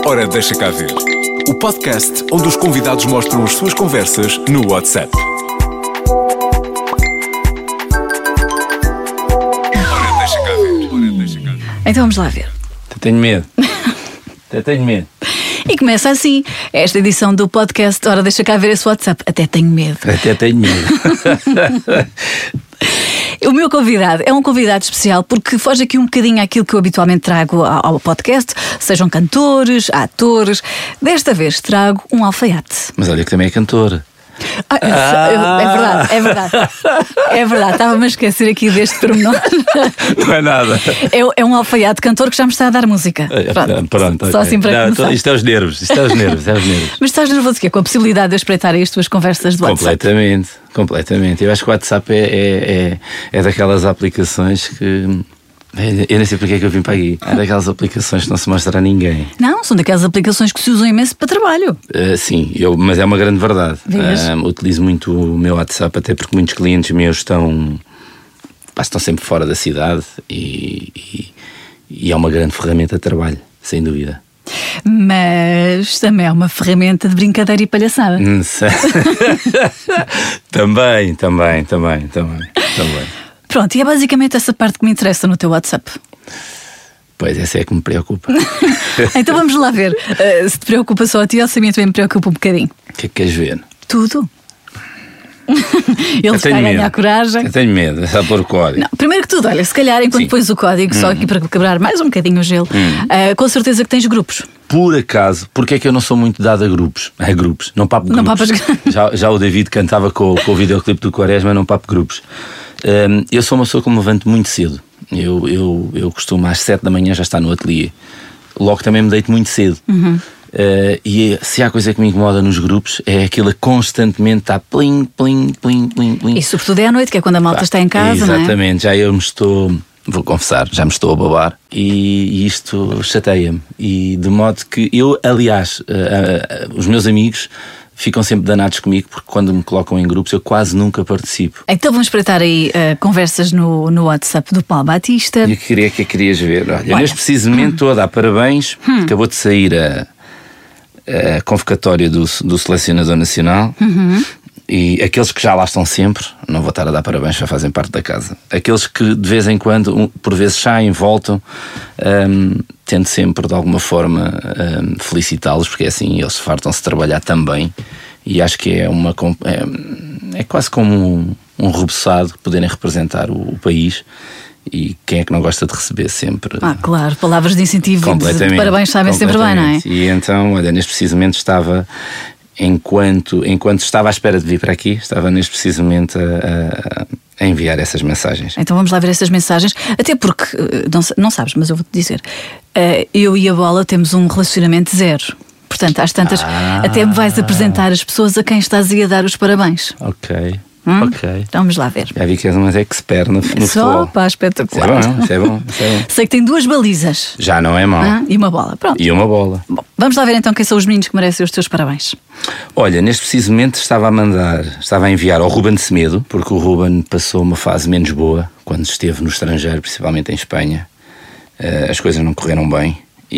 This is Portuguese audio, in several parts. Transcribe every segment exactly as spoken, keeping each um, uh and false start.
Ora, deixa cá ver. O podcast onde os convidados mostram as suas conversas no WhatsApp. Ora, deixa cá ver. Ora, deixa cá ver. Então vamos lá ver. Até tenho medo. Até tenho medo. E começa assim, esta edição do podcast. Ora, deixa cá ver esse WhatsApp. Até tenho medo. Até tenho medo. O meu convidado é um convidado especial porque foge aqui um bocadinho àquilo que eu habitualmente trago ao podcast, sejam cantores, atores. Desta vez trago um alfaiate. Mas olha que também é cantor. Ah, ah. É verdade, é verdade. É verdade, estava-me a esquecer aqui deste pormenor. Não é nada. É, é um alfaiate cantor que já me está a dar música. Pronto, Pronto só okay. assim para Não, começar. Isto é os nervos, isto é os nervos, é os nervos. Mas estás nervoso o quê? Com a possibilidade de eu espreitar aí as tuas conversas do WhatsApp? Completamente, completamente. Eu acho que o WhatsApp é, é, é, é daquelas aplicações que... Eu nem sei porque é que eu vim para aqui. É daquelas aplicações que não se mostra a ninguém. Não, são daquelas aplicações que se usam imenso para trabalho. Uh, sim, eu, mas é uma grande verdade. Uh, utilizo muito o meu WhatsApp, até porque muitos clientes meus estão, pá, estão sempre fora da cidade e, e, e é uma grande ferramenta de trabalho, sem dúvida. Mas também é uma ferramenta de brincadeira e palhaçada. Também, também, também, também, também. Pronto, e é basicamente essa parte que me interessa no teu WhatsApp. Pois, essa é que me preocupa. Então vamos lá ver uh, se te preocupa só a ti ou se a mim também me preocupa um bocadinho. O que é que queres ver? Tudo. Ele está a ganhar medo. coragem. Eu tenho medo, é só pôr o código. Não, primeiro que tudo, olha, se calhar enquanto Sim. pões o código, só Hum. aqui para quebrar mais um bocadinho o gelo, Hum. uh, com certeza que tens grupos. Por acaso, porque é que eu não sou muito dado a grupos? A grupos, não papo Não grupos. papas... já, já o David cantava com, com o videoclipe do Quaresma, não papo grupos. Um, eu sou uma pessoa que me levanto muito cedo. Eu, eu, eu costumo às sete da manhã já estar no ateliê. Logo também me deito muito cedo. Uhum. Uh, e se há coisa que me incomoda nos grupos é aquilo que constantemente está plim, plim, plim, plim, plim. E sobretudo é à noite, que é quando a malta Pá, está em casa, não é? Exatamente, já eu me estou, vou confessar, já me estou a babar e, e isto chateia-me. E de modo que eu, aliás, uh, uh, uh, os meus amigos ficam sempre danados comigo porque quando me colocam em grupos eu quase nunca participo. Então vamos espreitar aí uh, conversas no, no WhatsApp do Paulo Batista. E eu queria que querias ver. Olha, Olha. neste preciso momento estou a dar parabéns. Hum. Acabou de sair a, a convocatória do, do selecionador nacional. Uhum. E aqueles que já lá estão sempre, não vou estar a dar parabéns, já fazem parte da casa. Aqueles que de vez em quando, um, por vezes saem, voltam, um, tento sempre de alguma forma um, felicitá-los, porque é assim, eles fartam-se de trabalhar também. E acho que é uma é, é quase como um, um rebuçado poderem representar o, o país. E quem é que não gosta de receber sempre? Ah, claro, palavras de incentivo e de, de parabéns sabem sempre bem, não é? E então, olha, neste preciso momento estava, enquanto, enquanto estava à espera de vir para aqui, estava neste preciso momento a, a, a enviar essas mensagens. Então vamos lá ver essas mensagens, até porque, não, não sabes, mas eu vou-te dizer, eu e a Bola temos um relacionamento zero. Portanto, às tantas, ah. até me vais apresentar as pessoas a quem estás a dar os parabéns. Ok. Hum? Ok. Então vamos lá ver. Já vi que és uma expert no, no Só, futebol. pá, espetacular. Isso é bom, isso é bom, isso é bom. Sei que tem duas balizas. Já não é mau. Ah, e uma bola, pronto. E uma bola. Bom, vamos lá ver então quem são os meninos que merecem os teus parabéns. Olha, neste preciso momento estava a mandar, estava a enviar ao Ruben Semedo, porque o Ruben passou uma fase menos boa quando esteve no estrangeiro, principalmente em Espanha. Uh, as coisas não correram bem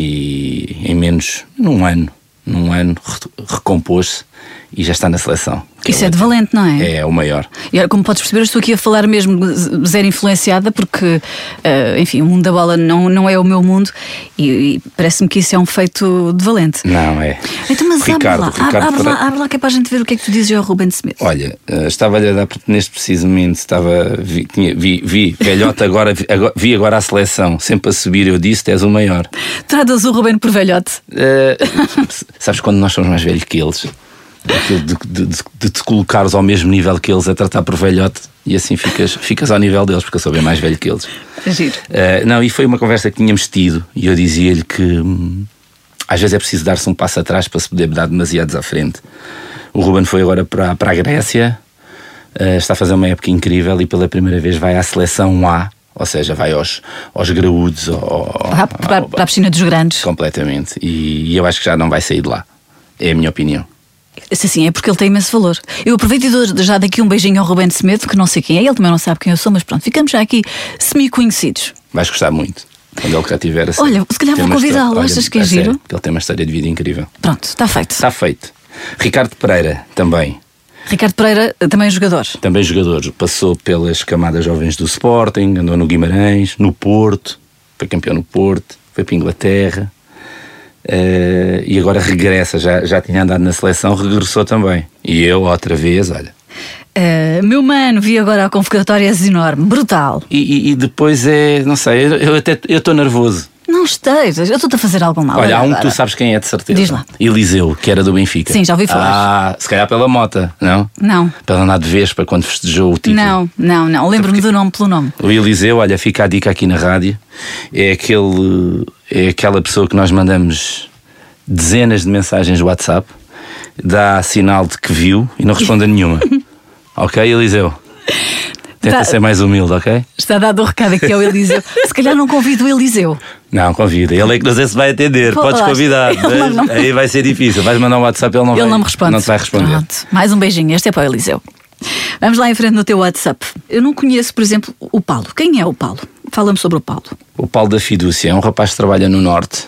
e em menos, num ano, num ano recompôs-se e já está na seleção. Isso é de valente, não é? É, é o maior. E olha, como podes perceber, eu estou aqui a falar mesmo zero influenciada, porque, uh, enfim, o mundo da bola não, não é o meu mundo e, e parece-me que isso é um feito de valente. Não, é. Então, mas Ricardo, abre lá, Ricardo abre, para... lá, abre lá que é para a gente ver o que é que tu dizes ao Ruben Semedo. Olha, uh, estava-lhe a dar, neste preciso momento, estava, vi, tinha, vi, vi velhote agora, vi agora, vi agora a seleção, sempre a subir, eu disse, és o maior. Tratas o Ruben por velhote? Uh, sabes quando nós somos mais velhos que eles? Aquilo de, de, de, de te colocares ao mesmo nível que eles, a tratar por velhote, e assim ficas, ficas ao nível deles, porque eu sou bem mais velho que eles. Giro. Uh, não, e foi uma conversa que tínhamos tido, e eu dizia-lhe que hum, às vezes é preciso dar-se um passo atrás para se poder dar demasiados à frente. O Ruben foi agora para, para a Grécia, uh, está a fazer uma época incrível e pela primeira vez vai à seleção A, ou seja, vai aos, aos graúdos, ao, Para, para, ao, para a piscina dos grandes. completamente, e, e eu acho que já não vai sair de lá, é a minha opinião. Sim, sim, é porque ele tem imenso valor. Eu aproveito e dou já daqui um beijinho ao Ruben Semedo, que não sei quem é, ele também não sabe quem eu sou, mas pronto, ficamos já aqui semi-conhecidos. Vais gostar muito. Quando ele cá tiver assim. Olha, se calhar vou convidá-lo, achas que é giro? Sério, que ele tem uma história de vida incrível. Pronto, está feito. Está feito. Ricardo Pereira, também. Ricardo Pereira, também jogador. Também jogador. Passou pelas camadas jovens do Sporting, andou no Guimarães, no Porto, foi campeão no Porto, foi para a Inglaterra. Uh, e agora regressa, já, já tinha andado na seleção, regressou também. E eu, outra vez, olha. Uh, meu mano, vi agora a convocatória enorme, brutal. E, e, e depois é, não sei, eu, eu até eu estou nervoso. Não estejas, eu estou-te a fazer algum mal. Olha, há um que tu sabes quem é, de certeza. Diz lá. Eliseu, que era do Benfica. Sim, já ouvi falar. Ah, se calhar pela Mota, não? Não. Pela andar de Vespa quando festejou o título. Não, não, não. Lembro-me do nome pelo nome. O Eliseu, olha, fica a dica aqui na rádio. É, aquele, é aquela pessoa que nós mandamos dezenas de mensagens no WhatsApp, dá sinal de que viu e não responde a nenhuma. Ok, Eliseu? Tenta tá, ser mais humilde, ok? Está dado o recado aqui ao Eliseu. Se calhar não convido o Eliseu. Não, convida. Ele é que não sei se vai atender. Pô, Podes convidar. Não... Aí vai ser difícil. Vais mandar um WhatsApp, ele não, ele vai, não me responde. Não te vai responder. Pronto. Mais um beijinho. Este é para o Eliseu. Vamos lá em frente no teu WhatsApp. Eu não conheço, por exemplo, o Paulo. Quem é o Paulo? Fala-me sobre o Paulo. O Paulo da Fidúcia é um rapaz que trabalha no Norte,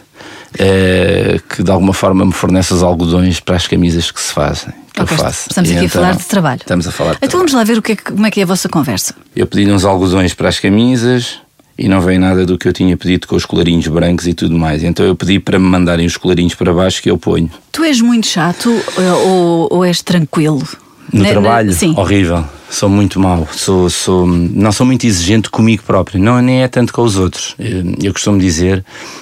é, que de alguma forma me fornece os algodões para as camisas que se fazem. Que okay, eu faço. Estamos e aqui então, a falar de trabalho. Estamos a falar de Então trabalho. Vamos lá ver o que é, como é que é a vossa conversa. Eu pedi uns algodões para as camisas e não veio nada do que eu tinha pedido, com os colarinhos brancos e tudo mais. Então eu pedi para me mandarem os colarinhos para baixo, que eu ponho. Tu és muito chato ou, ou és tranquilo? No ne, trabalho? Ne, sim. Horrível. Sou muito mau. Sou, sou, não sou muito exigente comigo próprio. Não, nem é tanto com os outros. Eu, eu costumo dizer,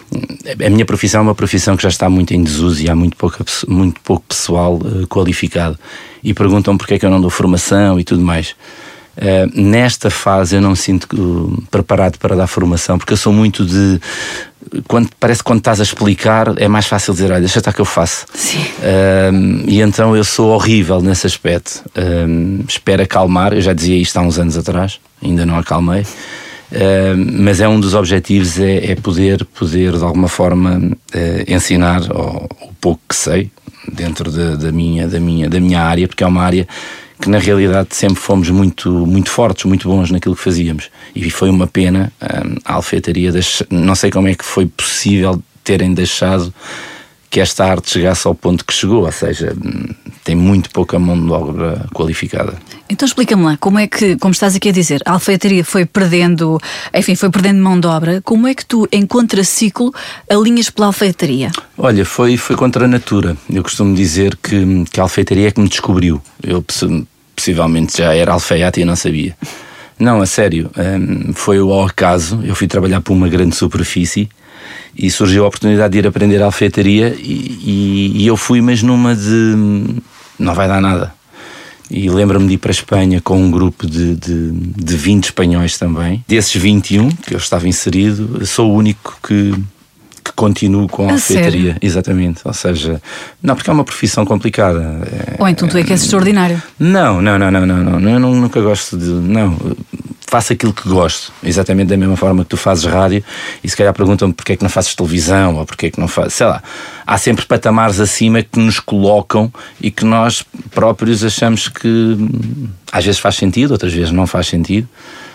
a minha profissão é uma profissão que já está muito em desuso e há muito pouco, muito pouco pessoal uh, qualificado. E perguntam porque é que eu não dou formação e tudo mais. Uh, nesta fase eu não me sinto uh, preparado para dar formação, porque eu sou muito de... Quando, parece que quando estás a explicar é mais fácil dizer, olha, deixa estar que eu faço. Sim. Uh, e então eu sou horrível nesse aspecto. Uh, espero acalmar, eu já dizia isto há uns anos atrás, ainda não acalmei. Uh, mas é um dos objetivos, é, é poder, poder de alguma forma uh, ensinar o, o pouco que sei dentro de, da, minha, da, minha, da minha área, porque é uma área que na realidade sempre fomos muito, muito fortes, muito bons naquilo que fazíamos. E foi uma pena um, a alfaiataria, deix... não sei como é que foi possível terem deixado que esta arte chegasse ao ponto que chegou, ou seja, tem muito pouca mão de obra qualificada. Então explica-me lá, como é que, como estás aqui a dizer, a alfaiataria foi perdendo, enfim, foi perdendo mão de obra, como é que tu, em contraciclo, alinhas pela alfaiataria? Olha, foi, foi contra a natura. Eu costumo dizer que, que a alfaiataria é que me descobriu. Eu possivelmente já era alfaiate e não sabia. Não, a sério, um, foi ao acaso. Eu fui trabalhar para uma grande superfície e surgiu a oportunidade de ir aprender a alfaiataria e, e, e eu fui, mas numa de não vai dar nada. E lembro-me de ir para a Espanha com um grupo de, de, de vinte espanhóis também. Desses vinte e um que eu estava inserido, eu sou o único que, que continuo com a, a alfaiataria. Sério? Exatamente. Ou seja, não, porque é uma profissão complicada. Ou então tu é que és extraordinário. Não, não, não, não, não, não. Eu não, nunca gosto de... Não, faço aquilo que gosto. Exatamente da mesma forma que tu fazes rádio e se calhar perguntam-me porque é que não fazes televisão ou porque é que não fazes... Sei lá. Há sempre patamares acima que nos colocam e que nós próprios achamos que às vezes faz sentido, outras vezes não faz sentido.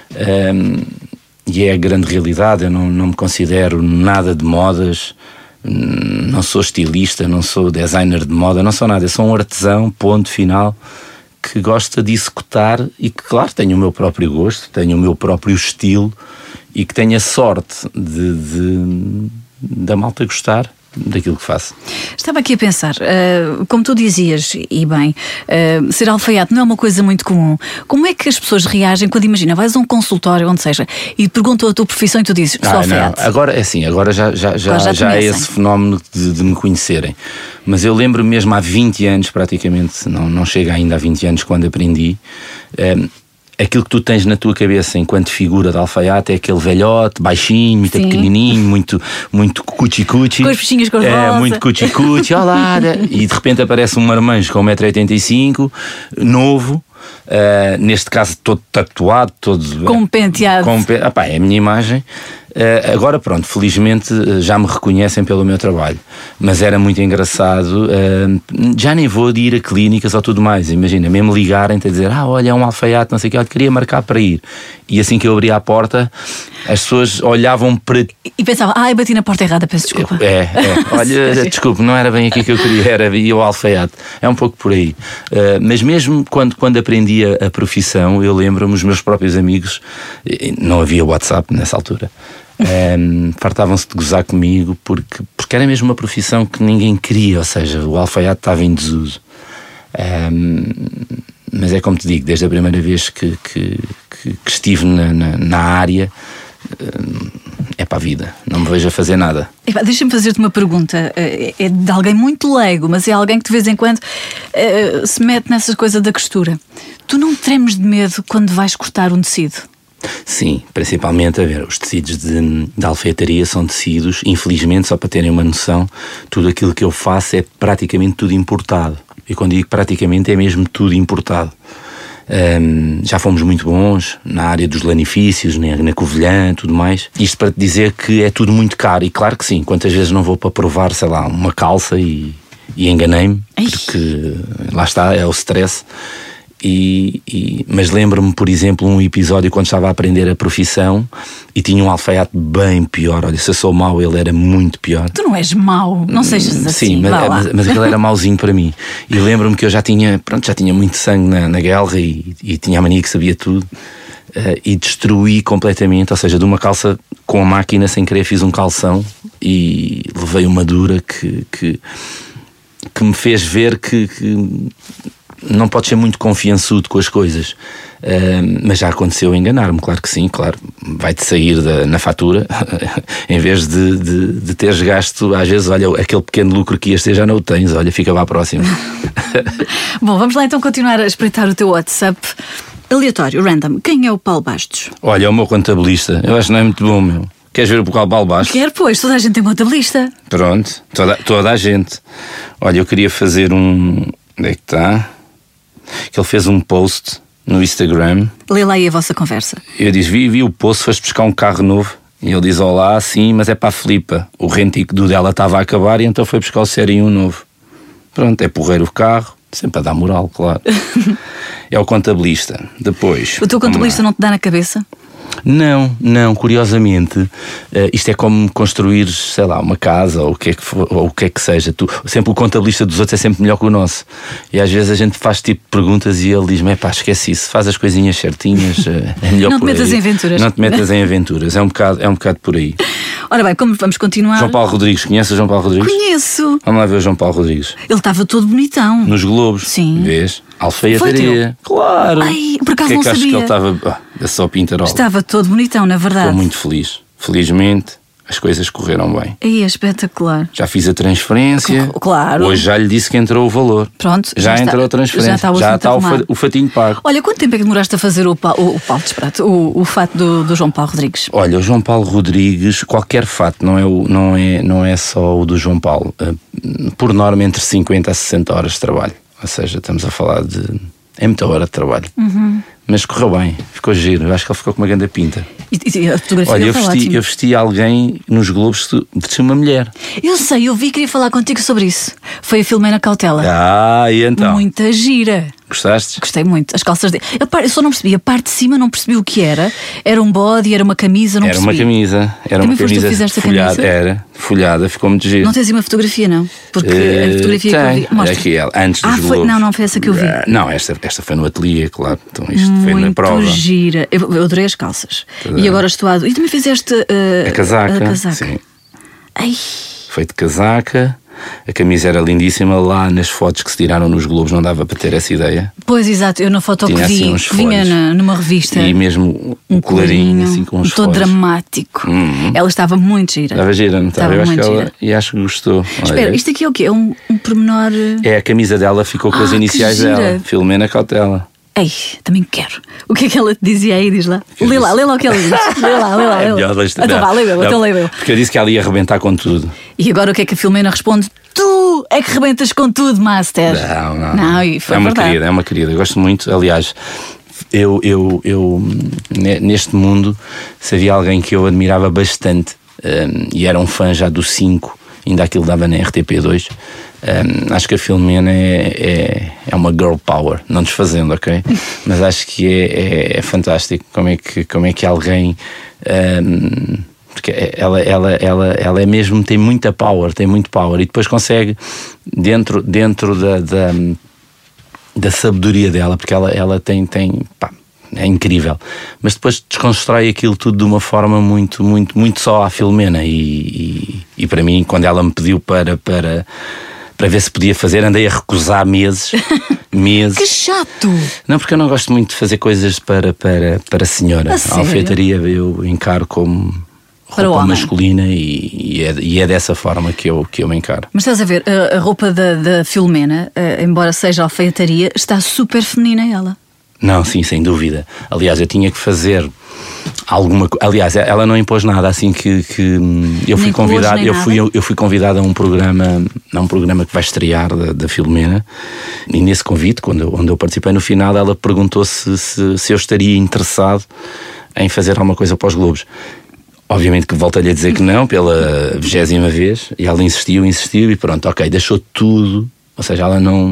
Um, e é a grande realidade. Eu não, não me considero nada de modas, não sou estilista, não sou designer de moda, não sou nada. Eu sou um artesão, ponto final, que gosta de executar e que, claro, tenho o meu próprio gosto, tenho o meu próprio estilo e que tenho a sorte de, de, da malta gostar daquilo que faço. Estava aqui a pensar, uh, como tu dizias, e bem, uh, ser alfaiate não é uma coisa muito comum. Como é que as pessoas reagem quando, imagina, vais a um consultório, onde seja, e perguntam a tua profissão e tu dizes, sou ah, alfaiate? Não. Agora é assim, agora já, já, já, agora já, já é esse fenómeno de, de me conhecerem. Mas eu lembro mesmo há vinte anos, praticamente, não, não chega ainda a vinte anos, quando aprendi, um, aquilo que tu tens na tua cabeça enquanto figura de alfaiate é aquele velhote, baixinho, muito Sim. pequenininho, muito, muito cuchi-cuchi. Com as peixinhas cor-de-rosa. É, muito cuchi-cuchi, olá. E de repente aparece um marmanjo com um metro e oitenta e cinco, novo, uh, neste caso todo tatuado, todo... Com um penteado. Com, ah, pá, é a minha imagem. Uh, agora pronto, felizmente uh, já me reconhecem pelo meu trabalho, mas era muito engraçado, uh, já nem vou de ir a clínicas ou tudo mais, imagina, mesmo ligarem-te a dizer, ah, olha, é um alfaiate, não sei o que, eu queria marcar para ir, e assim que eu abria a porta, as pessoas olhavam para... E pensavam, ah, eu bati na porta errada, peço desculpa. É, é, olha, desculpe, não era bem aqui que eu queria, era ir ao alfaiate, é um pouco por aí. Uh, mas mesmo quando, quando aprendi a, a profissão, eu lembro-me, os meus próprios amigos, não havia WhatsApp nessa altura, Um, fartavam-se de gozar comigo porque, porque era mesmo uma profissão que ninguém queria, ou seja, o alfaiate estava em desuso. Um, mas é como te digo, desde a primeira vez que, que, que, que estive na, na, na área, um, é para a vida, não me vejo a fazer nada. Deixa-me fazer-te uma pergunta, é de alguém muito leigo, mas é alguém que de vez em quando uh, se mete nessas coisas da costura. Tu não tremes de medo quando vais cortar um tecido? Sim, principalmente, a ver, os tecidos de, de alfaiataria são tecidos, infelizmente, só para terem uma noção, tudo aquilo que eu faço é praticamente tudo importado. E quando digo praticamente é mesmo tudo importado. Um, já fomos muito bons na área dos lanifícios, na, na Covilhã, tudo mais. Isto para te dizer que é tudo muito caro. E claro que sim, quantas vezes não vou para provar, sei lá, uma calça e, e enganei-me, porque lá está, é o stress. E, e, mas lembro-me, por exemplo, um episódio quando estava a aprender a profissão e tinha um alfaiate bem pior. Olha, se eu sou mau, ele era muito pior. Tu não és mau, não sejas assim. Sim, mas, mas, mas ele era mauzinho para mim. E lembro-me que eu já tinha, pronto, já tinha muito sangue na, na guerra e, e tinha a mania que sabia tudo. Uh, e destruí completamente, ou seja, de uma calça com a máquina sem querer fiz um calção e levei uma dura que, que, que me fez ver que... que não pode ser muito confiançudo com as coisas, uh, mas já aconteceu enganar-me, claro que sim, claro, vai-te sair da, na fatura em vez de, de, de teres gasto, às vezes, olha, aquele pequeno lucro que ias ter já não o tens, olha, fica para a próxima. Bom, vamos lá então continuar a espreitar o teu WhatsApp. Aleatório, random, quem é o Paulo Bastos? Olha, é o meu contabilista, eu acho que não é muito bom, meu. Queres ver o Paulo Bastos? Quero, pois, toda a gente tem contabilista. Pronto, toda, toda a gente. Olha, eu queria fazer um... Onde é que está? Que ele fez um post no Instagram. Lê lá aí a vossa conversa. Eu disse, vi, vi o post, foste buscar um carro novo. E ele diz, olá, sim, mas é para a Filipa. O rentico do dela estava a acabar e então foi buscar o Série um novo. Pronto, é porreiro o carro, sempre a dar moral, claro. É o contabilista. Depois... O teu contabilista não te dá na cabeça? Não, não, curiosamente, uh, isto é como construir, sei lá, uma casa ou o que é que, for, ou o que, é que seja. Tu, sempre o contabilista dos outros é sempre melhor que o nosso. E às vezes a gente faz tipo perguntas e ele diz-me, pá, esquece isso, faz as coisinhas certinhas, uh, é melhor não por aí. Não te metas em aventuras. Não te metas em aventuras, é um bocado, é um bocado por aí. Ora bem, como vamos continuar... João Paulo Rodrigues, conheces o João Paulo Rodrigues? Conheço. Vamos lá ver o João Paulo Rodrigues. Ele estava todo bonitão. Nos Globos. Sim. Vês? Alfaiataria. Claro. Ai, por acaso que é não que achas sabia. que ele estava... Ah, é só pintarola. Estava todo bonitão, na verdade. Estou muito feliz. Felizmente, as coisas correram bem. Aí é espetacular. Já fiz a transferência. Claro. Hoje já lhe disse que entrou o valor. Pronto. Já, já entrou está, a transferência. Já está, já está o, fa, o fatinho pago. Olha, quanto tempo é que demoraste a fazer o, o, o Paulo Desprato, o, o fato do, do João Paulo Rodrigues? Olha, o João Paulo Rodrigues, qualquer fato, não é, o, não é, não é só o do João Paulo. Por norma, entre cinquenta a sessenta horas de trabalho. Ou seja, estamos a falar de... É muita hora de trabalho. Uhum. Mas correu bem, ficou giro. Eu acho que ele ficou com uma grande pinta. E, e a fotografia Olha, eu foi vesti, ótima. eu vesti alguém nos Globos de ser uma mulher. Eu sei, eu vi, queria falar contigo sobre isso. Foi a Filomena Cautela. Ah, e então? Muita gira. Gostaste? Gostei muito. As calças dele. Eu só não percebi. A parte de cima não percebi o que era. Era um body, era uma camisa, não era percebi. Era uma camisa. Era Também uma camisa foste tu que fizeste a folhada. camisa? Era, folhada, ficou muito giro. Não tens aí uma fotografia, não? Porque uh, a fotografia tem, que eu vi. Mostra. Aqui ela, antes dos ah, foi, Globos. Não, não foi essa que eu vi. Não, esta, esta foi no ateliê, claro. Então isto muito foi na prova. Gira. Eu, eu adorei as calças. Toda. E agora estou a... E também fizeste uh, a casaca. A casaca. Sim. Ai. Foi de casaca. A camisa era lindíssima. Lá nas fotos que se tiraram nos Globos não dava para ter essa ideia. Pois, exato. Eu na foto Tinha que vi, assim uns que vinha na, numa revista. E mesmo um colarinho, assim com uns todo folhos. dramático. Uhum. Ela estava muito gira. Estava gira, não estava? estava Eu acho muito que ela, gira. e acho que gostou. Espera, olha. isto aqui é o quê? É um, um pormenor... É, a camisa dela ficou com ah, as iniciais dela. Filomena Cautela. Ei, também quero. O que é que ela te dizia aí? Diz lá. Eu lê disse... lá, lê lá o que ela diz. Lê lá, lê lá. É lê lá. melhor, então vá, lê eu, então lê eu. Porque eu disse que ela ia arrebentar com tudo. E agora o que é que a Filomena responde? Tu é que rebentas com tudo, Master. Não, não. Não, e foi é uma verdade. querida, é uma querida. Eu gosto muito, aliás, eu, eu, eu, neste mundo, se havia alguém que eu admirava bastante, um, e era um fã já do cinco, ainda aquilo dava na R T P dois, um, acho que a Filomena é, é, é uma girl power, não desfazendo, ok? Mas acho que é, é, é fantástico como é que, como é que alguém... Um, porque ela, ela, ela, ela é mesmo, tem muita power, tem muito power, e depois consegue, dentro, dentro da, da, da sabedoria dela, porque ela, ela tem, tem pá, é incrível, mas depois desconstrói aquilo tudo de uma forma muito, muito, muito só à Filomena, e, e, e para mim, quando ela me pediu para, para, para ver se podia fazer, andei a recusar meses. meses. Que chato! Não, porque eu não gosto muito de fazer coisas para, para, para a senhora. A a alfaiataria eu encaro como roupa masculina, e, e, é, e é dessa forma que eu, que eu me encaro. Mas estás a ver, a, a roupa da, da Filomena, uh, embora seja alfaiataria, está super feminina ela. Não, sim, sem dúvida. Aliás, eu tinha que fazer alguma coisa. Aliás, ela não impôs nada, assim que, que eu fui convidado, eu fui, eu, eu fui convidado a um programa, a um programa que vai estrear da, da Filomena, e nesse convite, quando eu, onde eu participei no final, ela perguntou se, se, se eu estaria interessado em fazer alguma coisa para os Globos. Obviamente que voltei-lhe a dizer que não, pela vigésima vez, e ela insistiu, insistiu, e pronto, ok, deixou tudo, ou seja, ela não...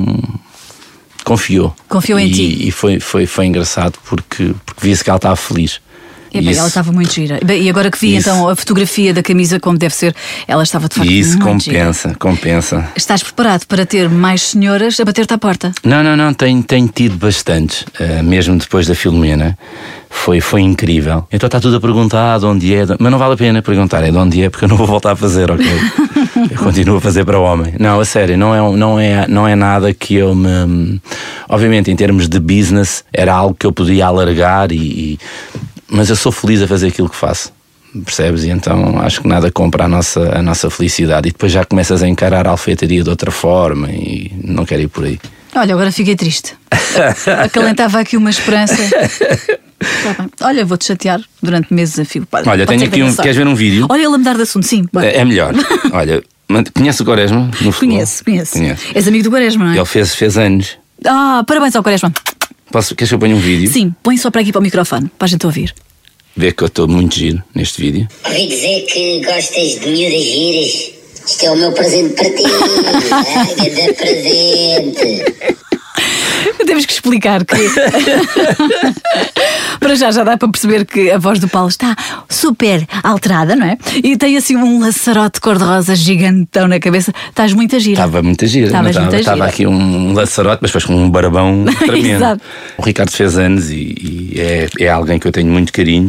Confiou. Confiou em e, ti. E foi, foi, foi engraçado porque, porque via-se que ela estava feliz. E, bem, isso, ela estava muito gira. E agora que vi isso, então a fotografia da camisa como deve ser, ela estava de facto muito gira. Isso compensa, gira. compensa. Estás preparado para ter mais senhoras a bater-te à porta? Não, não, não, tenho, tenho tido bastantes, uh, mesmo depois da Filomena. Foi, foi incrível. Então está tudo a perguntar de onde é, mas não vale a pena perguntar é de onde é, porque eu não vou voltar a fazer, ok? Eu continuo a fazer para o homem. Não, a sério, não é, não é, não é nada que eu me... Obviamente, em termos de business, era algo que eu podia alargar, e, e... mas eu sou feliz a fazer aquilo que faço, percebes? E então acho que nada compra a nossa, a nossa felicidade. E depois já começas a encarar a alfaiataria de outra forma, e não quero ir por aí. Olha, agora fiquei triste. Acalentava aqui uma esperança. Tá bem. Olha, vou-te chatear durante meses a fio. Pode, Olha, tenho aqui um. Queres ver um vídeo? Olha, ele a mudar de assunto, sim. É, é melhor. Olha, conhece o Quaresma? No conheço, conheço, conheço. És amigo do Quaresma, não é? Ele fez, fez anos. Ah, parabéns ao Quaresma. Posso, queres que eu ponha um vídeo? Sim, põe só para aqui para o microfone, para a gente ouvir. Vê que eu estou muito giro neste vídeo. Ouvi dizer que gostas de miúdas giras. Isto é o meu presente para ti. Ah, grande presente. Temos que explicar que para já já dá para perceber que a voz do Paulo está super alterada, não é? E tem assim um laçarote cor-de-rosa gigantão na cabeça. Estás muito gira. Estava muito gira. Estava, estava aqui um laçarote, mas depois com um barbão tremendo. Exato. O Ricardo fez anos, e, e é, é alguém que eu tenho muito carinho.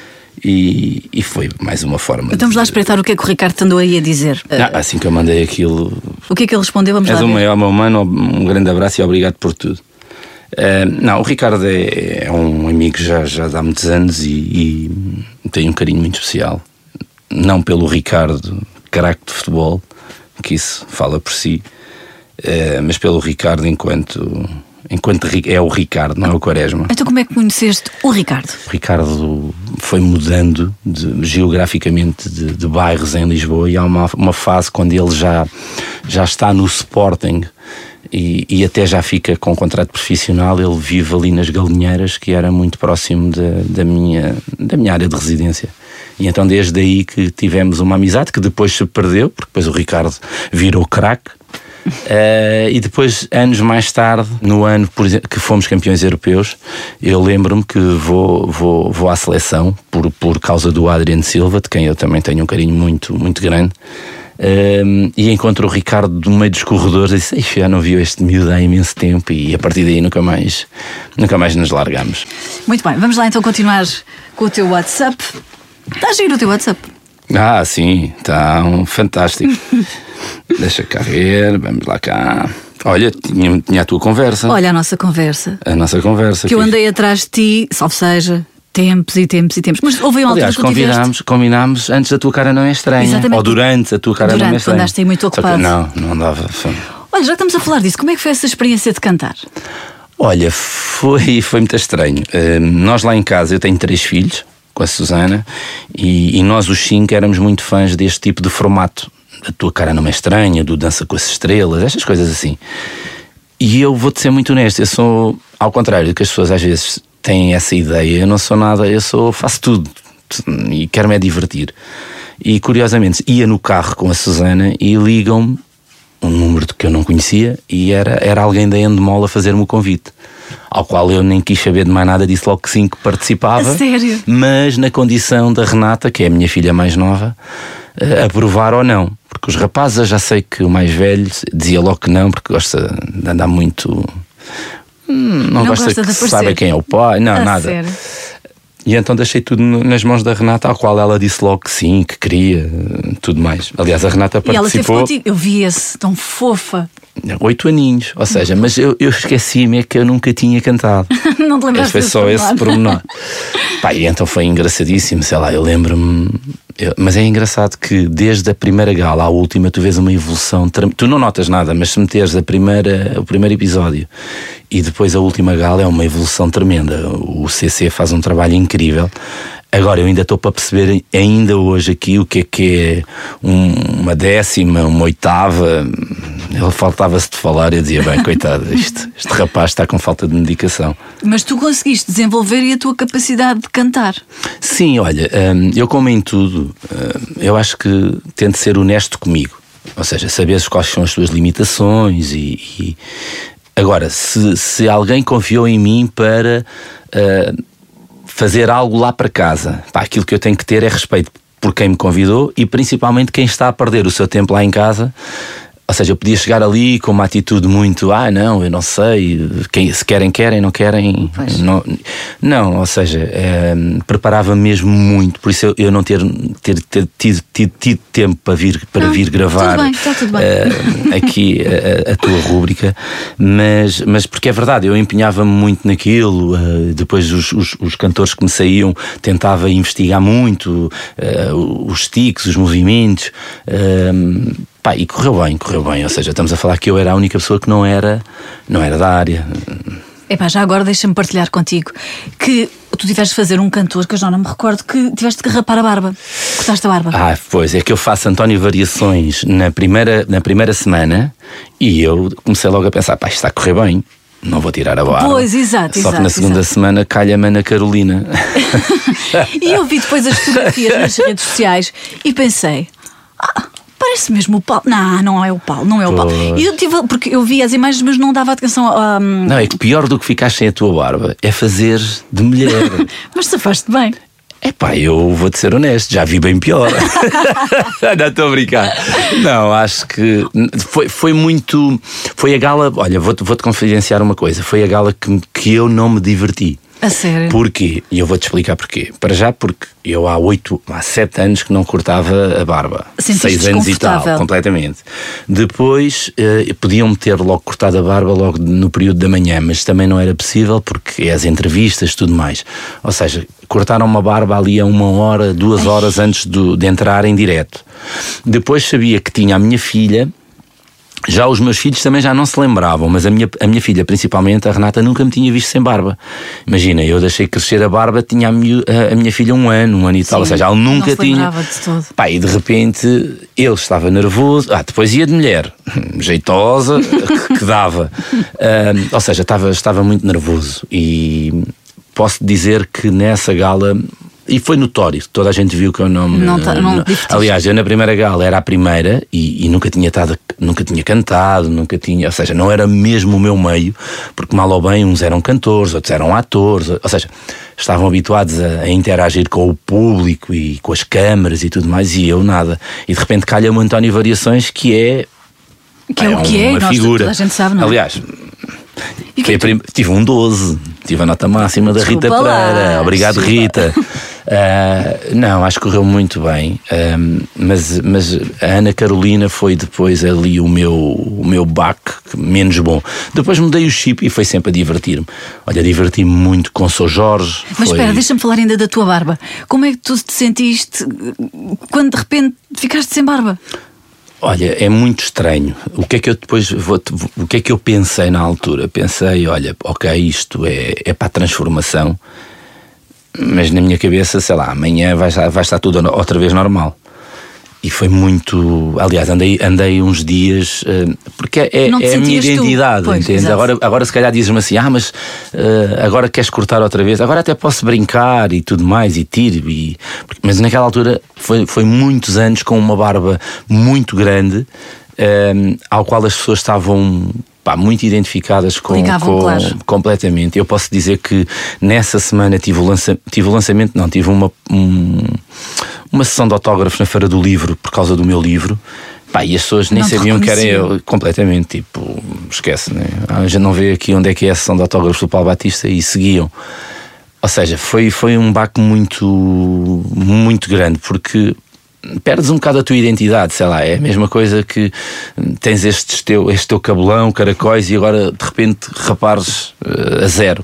E, e foi mais uma forma. Então vamos de... lá espreitar o que é que o Ricardo te andou aí a dizer. Não, assim que eu mandei aquilo. O que é que ele respondeu? Vamos És lá. És o ver. maior, meu mano. Um grande abraço e obrigado por tudo. Uh, não, o Ricardo é, é um amigo já, já há muitos anos, e, e tem um carinho muito especial. Não pelo Ricardo, craque de futebol, que isso fala por si, uh, mas pelo Ricardo enquanto. Enquanto é o Ricardo, não é o Quaresma. Então como é que conheceste o Ricardo? O Ricardo foi mudando de, geograficamente de, de bairros em Lisboa, e há uma, uma fase quando ele já, já está no Sporting, e, e até já fica com contrato profissional. Ele vive ali nas Galinheiras, que era muito próximo da, da, minha, da minha área de residência. E então desde aí que tivemos uma amizade que depois se perdeu, porque depois o Ricardo virou craque. Uh, e depois, anos mais tarde, no ano por exemplo, que fomos campeões europeus, eu lembro-me que vou, vou, vou à seleção por, por causa do Adriano Silva, de quem eu também tenho um carinho muito, muito grande, uh, e encontro o Ricardo no meio dos corredores e disse: já não viu este miúdo há imenso tempo, e a partir daí nunca mais, nunca mais nos largamos. Muito bem, vamos lá então continuar com o teu WhatsApp. Está a giro o teu WhatsApp? Ah, sim, está um fantástico. Deixa cá ver, vamos lá cá. Olha, tinha, tinha a tua conversa. Olha a nossa conversa. A nossa conversa. Que eu andei atrás de ti, salvo seja, tempos e tempos e tempos. Mas houve uma altura Aliás, que tu combinámos, combinámos antes da tua cara não é estranha. Exatamente. Ou durante a tua cara durante, não é estranha. Durante, andaste aí muito ocupado. Não, não dava. Olha, já estamos a falar disso. Como é que foi essa experiência de cantar? Olha, foi, foi muito estranho. Uh, nós lá em casa, eu tenho três filhos com a Susana, e, e nós os cinco éramos muito fãs deste tipo de formato. A tua cara não é estranha, do Dança com as Estrelas, estas coisas assim. E eu vou-te ser muito honesto, eu sou, ao contrário do que as pessoas às vezes têm essa ideia. Eu não sou nada, eu sou, faço tudo e quero-me é divertir. E curiosamente ia no carro com a Susana e ligam-me um número que eu não conhecia e era, era alguém da Endemol a fazer-me o convite, ao qual eu nem quis saber de mais nada, disse logo que sim, que participava. A sério? Mas na condição da Renata, que é a minha filha mais nova, aprovar ou não. Porque os rapazes, eu já sei que o mais velho dizia logo que não, porque gosta de andar muito... Hum, não, não gosta, gosta que se saiba quem é o pai, não, a nada. Sério? E então deixei tudo nas mãos da Renata, ao qual ela disse logo que sim, que queria, tudo mais. Aliás, a Renata participou. E ela esteve contigo, eu vi esse, tão fofa. Oito aninhos, ou seja, mas eu, eu esqueci-me é que eu nunca tinha cantado. Não te lembraste? Foi só esse pormenor. Pá, e então foi engraçadíssimo, sei lá, eu lembro-me. Eu, mas é engraçado que desde a primeira gala à última tu vês uma evolução. Tu não notas nada, mas se meteres a primeira, o primeiro episódio e depois a última gala é uma evolução tremenda. O C C faz um trabalho incrível. Agora eu ainda estou para perceber ainda hoje aqui o que é que é um, uma décima, uma oitava. Ele faltava-se de falar e eu dizia, bem, coitado, este, este rapaz está com falta de medicação. Mas tu conseguiste desenvolver e a tua capacidade de cantar? Sim, olha, eu como em tudo, eu acho que tento ser honesto comigo. Ou seja, saber quais são as tuas limitações e... e... Agora, se, se alguém confiou em mim para... Uh, fazer algo lá para casa, pá, aquilo que eu tenho que ter é respeito por quem me convidou e principalmente quem está a perder o seu tempo lá em casa. Ou seja, eu podia chegar ali com uma atitude muito, ah não, eu não sei, quem, se querem, querem, não querem, não, não, ou seja, é, preparava mesmo muito, por isso eu, eu não ter, ter, ter tido, tido, tido tempo para vir, para não, vir gravar tudo bem, está tudo bem. Uh, aqui a, a tua rúbrica, mas, mas porque é verdade, eu empenhava-me muito naquilo, uh, depois os, os, os cantores que me saíam, tentava investigar muito, uh, os tiques, os movimentos, uh, Pá, e correu bem, correu bem. Ou seja, estamos a falar que eu era a única pessoa que não era, não era da área. Epá, já agora deixa-me partilhar contigo que tu tiveste de fazer um cantor que eu já não me recordo, que tiveste de rapar a barba. Cortaste a barba. Ah, pois, é que eu faço António Variações na primeira, na primeira semana e eu comecei logo a pensar, pá, isto está a correr bem, não vou tirar a barba. Pois, exato, Só exato, que na segunda exato. semana calha-me a Ana Carolina. E eu vi depois as fotografias nas redes sociais e pensei, ah, parece mesmo o Paulo. Não, não é o Paulo, não é o Paulo. E eu tive, porque eu vi as imagens, mas não dava atenção a. Um... Não, é que pior do que ficar sem a tua barba é fazer de mulher. Mas safaste bem. É pá, eu vou-te ser honesto, já vi bem pior. Não, estou a brincar. Não, acho que foi, foi muito. Foi a gala. Olha, vou-te, vou-te confidenciar uma coisa. Foi a gala que, que eu não me diverti. A sério? Porquê? E eu vou-te explicar porquê. Para já, porque eu há oito, há sete anos que não cortava a barba. Sentiste Seis anos e tal, completamente. Depois eh, podiam-me ter logo cortado a barba logo no período da manhã, mas também não era possível porque é as entrevistas e tudo mais. Ou seja, cortaram uma barba ali a uma hora, duas Ai. horas antes do, de entrar em direto. Depois sabia que tinha a minha filha. Já os meus filhos também já não se lembravam, mas a minha, a minha filha, principalmente, a Renata, nunca me tinha visto sem barba. Imagina, eu deixei crescer a barba, tinha a, mi, a, a minha filha um ano, um ano e tal, ou seja, ela nunca não se tinha. De todo. Pá, e de repente ele estava nervoso, ah, depois ia de mulher, jeitosa, que, que dava. Uh, ou seja, estava, estava muito nervoso e posso dizer que nessa gala. E foi notório, toda a gente viu que eu não me... Não, não, não, aliás, eu na primeira gala era a primeira e, e nunca tinha tado, nunca tinha cantado, nunca tinha... Ou seja, não era mesmo o meu meio, porque mal ou bem uns eram cantores, outros eram atores, ou seja, estavam habituados a, a interagir com o público e com as câmaras e tudo mais, e eu nada. E de repente calha-me o António Variações, que é... Que é, é o que é, uma nós, figura. Toda a gente sabe, não é? Aliás... Que prim... Tive um doze, tive a nota máxima da Desculpa Rita lá, Pereira. Obrigado, desculpa. Rita. Uh, não, acho que correu muito bem. Um, mas, mas a Ana Carolina foi depois ali o meu, o meu baque menos bom. Depois mudei o chip e foi sempre a divertir-me. Olha, diverti-me muito com o Sou Jorge. Mas foi... espera, deixa-me falar ainda da tua barba. Como é que tu te sentiste quando de repente ficaste sem barba? Olha, é muito estranho. O que é que eu depois vou, o que é que eu pensei na altura? Pensei, olha, ok, isto é, é para a transformação, mas na minha cabeça, sei lá, amanhã vai estar, vai estar tudo outra vez normal. E foi muito. Aliás, andei, andei uns dias. Uh, porque é, é a minha identidade, pois, entende? Agora, agora, se calhar, dizes-me assim: ah, mas uh, agora queres cortar outra vez? Agora até posso brincar e tudo mais, e tiro. E... Mas naquela altura foi, foi muitos anos com uma barba muito grande, um, ao qual as pessoas estavam. Pá, muito identificadas com, Ligavam, com claro. completamente. Eu posso dizer que nessa semana tive o, lança, tive o lançamento, não, tive uma, um, uma sessão de autógrafos na Feira do Livro por causa do meu livro. Pá, e as pessoas nem não sabiam que era eu, completamente, tipo, esquece, né? A gente não vê aqui onde é que é a sessão de autógrafos do Paulo Batista e seguiam. Ou seja, foi, foi um baque muito, muito grande, porque perdes um bocado a tua identidade, sei lá, é a mesma coisa que tens este teu, este teu cabelão, caracóis, e agora de repente rapares uh, a zero.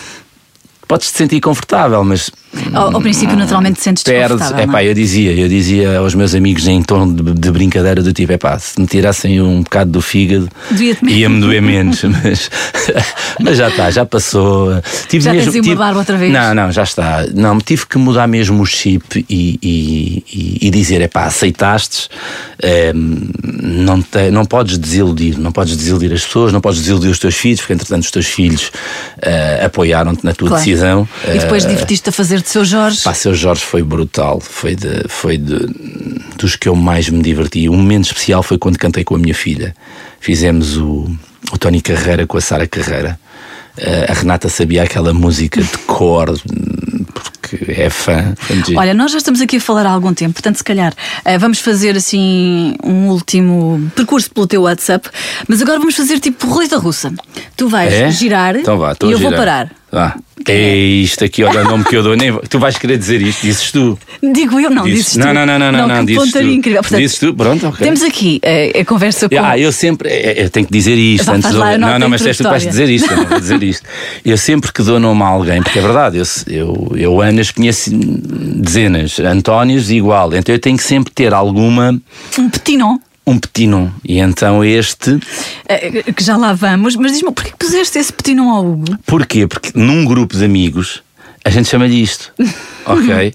Podes te sentir confortável, mas ao, ao princípio naturalmente te sentes desconfortável. É pá, eu dizia, eu dizia aos meus amigos em tom de, de brincadeira do tipo, é pá, se me tirassem um bocado do fígado ia-me doer menos, mas, mas já está, já passou. Tive já mesmo, tens tive, uma barba outra vez? Não, não, já está. Não, tive que mudar mesmo o chip e, e, e, e dizer, é pá, aceitaste, é, não, te, não podes desiludir, não podes desiludir as pessoas, não podes desiludir os teus filhos, porque entretanto os teus filhos uh, apoiaram-te na tua claro. decisão. E depois divertiste a fazer de Seu Jorge? Pá, Seu Jorge foi brutal, foi, de, foi de, dos que eu mais me diverti. Um momento especial foi quando cantei com a minha filha. Fizemos o, o Tony Carreira com a Sara Carreira. Uh, a Renata sabia aquela música de cor, porque é fã. Olha, nós já estamos aqui a falar há algum tempo, portanto se calhar uh, vamos fazer assim um último percurso pelo teu WhatsApp, mas agora vamos fazer tipo roleta russa. Tu vais é? girar então vá, e eu girar. vou parar. Ah. É isto aqui, olha o nome que eu dou. Nem... Tu vais querer dizer isto, dizes tu. Digo eu, não, dizes, dizes tu. Não, não, não, não, não, não dizes tu. Incrível. Portanto, dizes tu, pronto, ok. Temos aqui a, a conversa com. Ah, eu sempre. Eu tenho que dizer isto Vá, antes de. Não, não, não, mas tens tu que vais dizer isto. Eu não vou dizer isto. Eu sempre que dou nome a alguém, porque é verdade, eu, eu, eu Anas conheço dezenas, Antónios igual, então eu tenho que sempre ter alguma. Um petinon. Um petinon. E então este. É, que já lá vamos, mas diz-me, porquê que puseste esse petinon ao Hugo? Porquê? Porque num grupo de amigos a gente chama-lhe isto. Ok?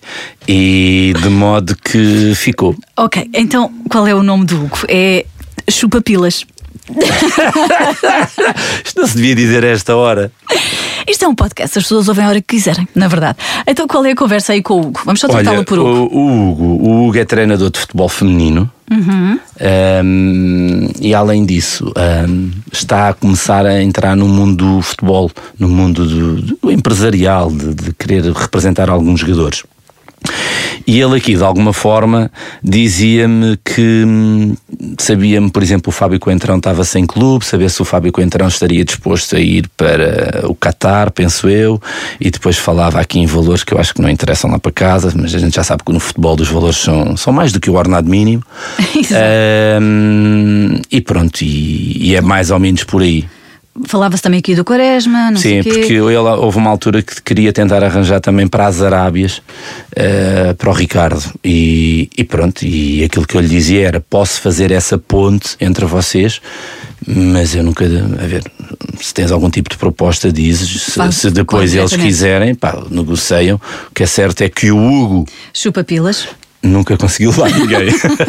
E de modo que ficou. Ok, então qual é o nome do Hugo? É Chupa-Pilas. Isto não se devia dizer a esta hora. Isto é um podcast, as pessoas ouvem a hora que quiserem, na verdade. Então qual é a conversa aí com o Hugo? Vamos só tratá-lo por Hugo. O, o Hugo. O Hugo é treinador de futebol feminino. Uhum. Um, e além disso um, está a começar a entrar no mundo do futebol, no mundo do, do empresarial, de, de querer representar alguns jogadores. E ele aqui, de alguma forma, dizia-me que hum, sabia-me, por exemplo, o Fábio Coentrão estava sem clube, saber se o Fábio Coentrão estaria disposto a ir para o Qatar, penso eu, e depois falava aqui em valores que eu acho que não interessam lá para casa, mas a gente já sabe que no futebol os valores são, são mais do que o ordenado mínimo. um, e pronto, e, e é mais ou menos por aí. Falava-se também aqui do Quaresma, não Sim, sei o quê. porque ele, houve uma altura que queria tentar arranjar também para as Arábias, uh, para o Ricardo, e, e pronto, e aquilo que eu lhe dizia era, posso fazer essa ponte entre vocês, mas eu nunca, a ver, se tens algum tipo de proposta dizes, se, se depois eles quiserem, pá, negociam. O que é certo é que o Hugo Chupa-Pilas nunca conseguiu levar ninguém.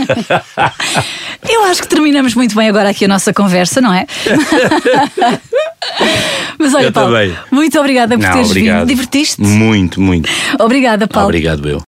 Eu acho que terminamos muito bem agora aqui a nossa conversa, não é? Mas olha, eu Paulo, também. muito obrigada por não, teres obrigado. vindo. Divertiste? Muito, muito. Obrigada, Paulo. Obrigado, eu.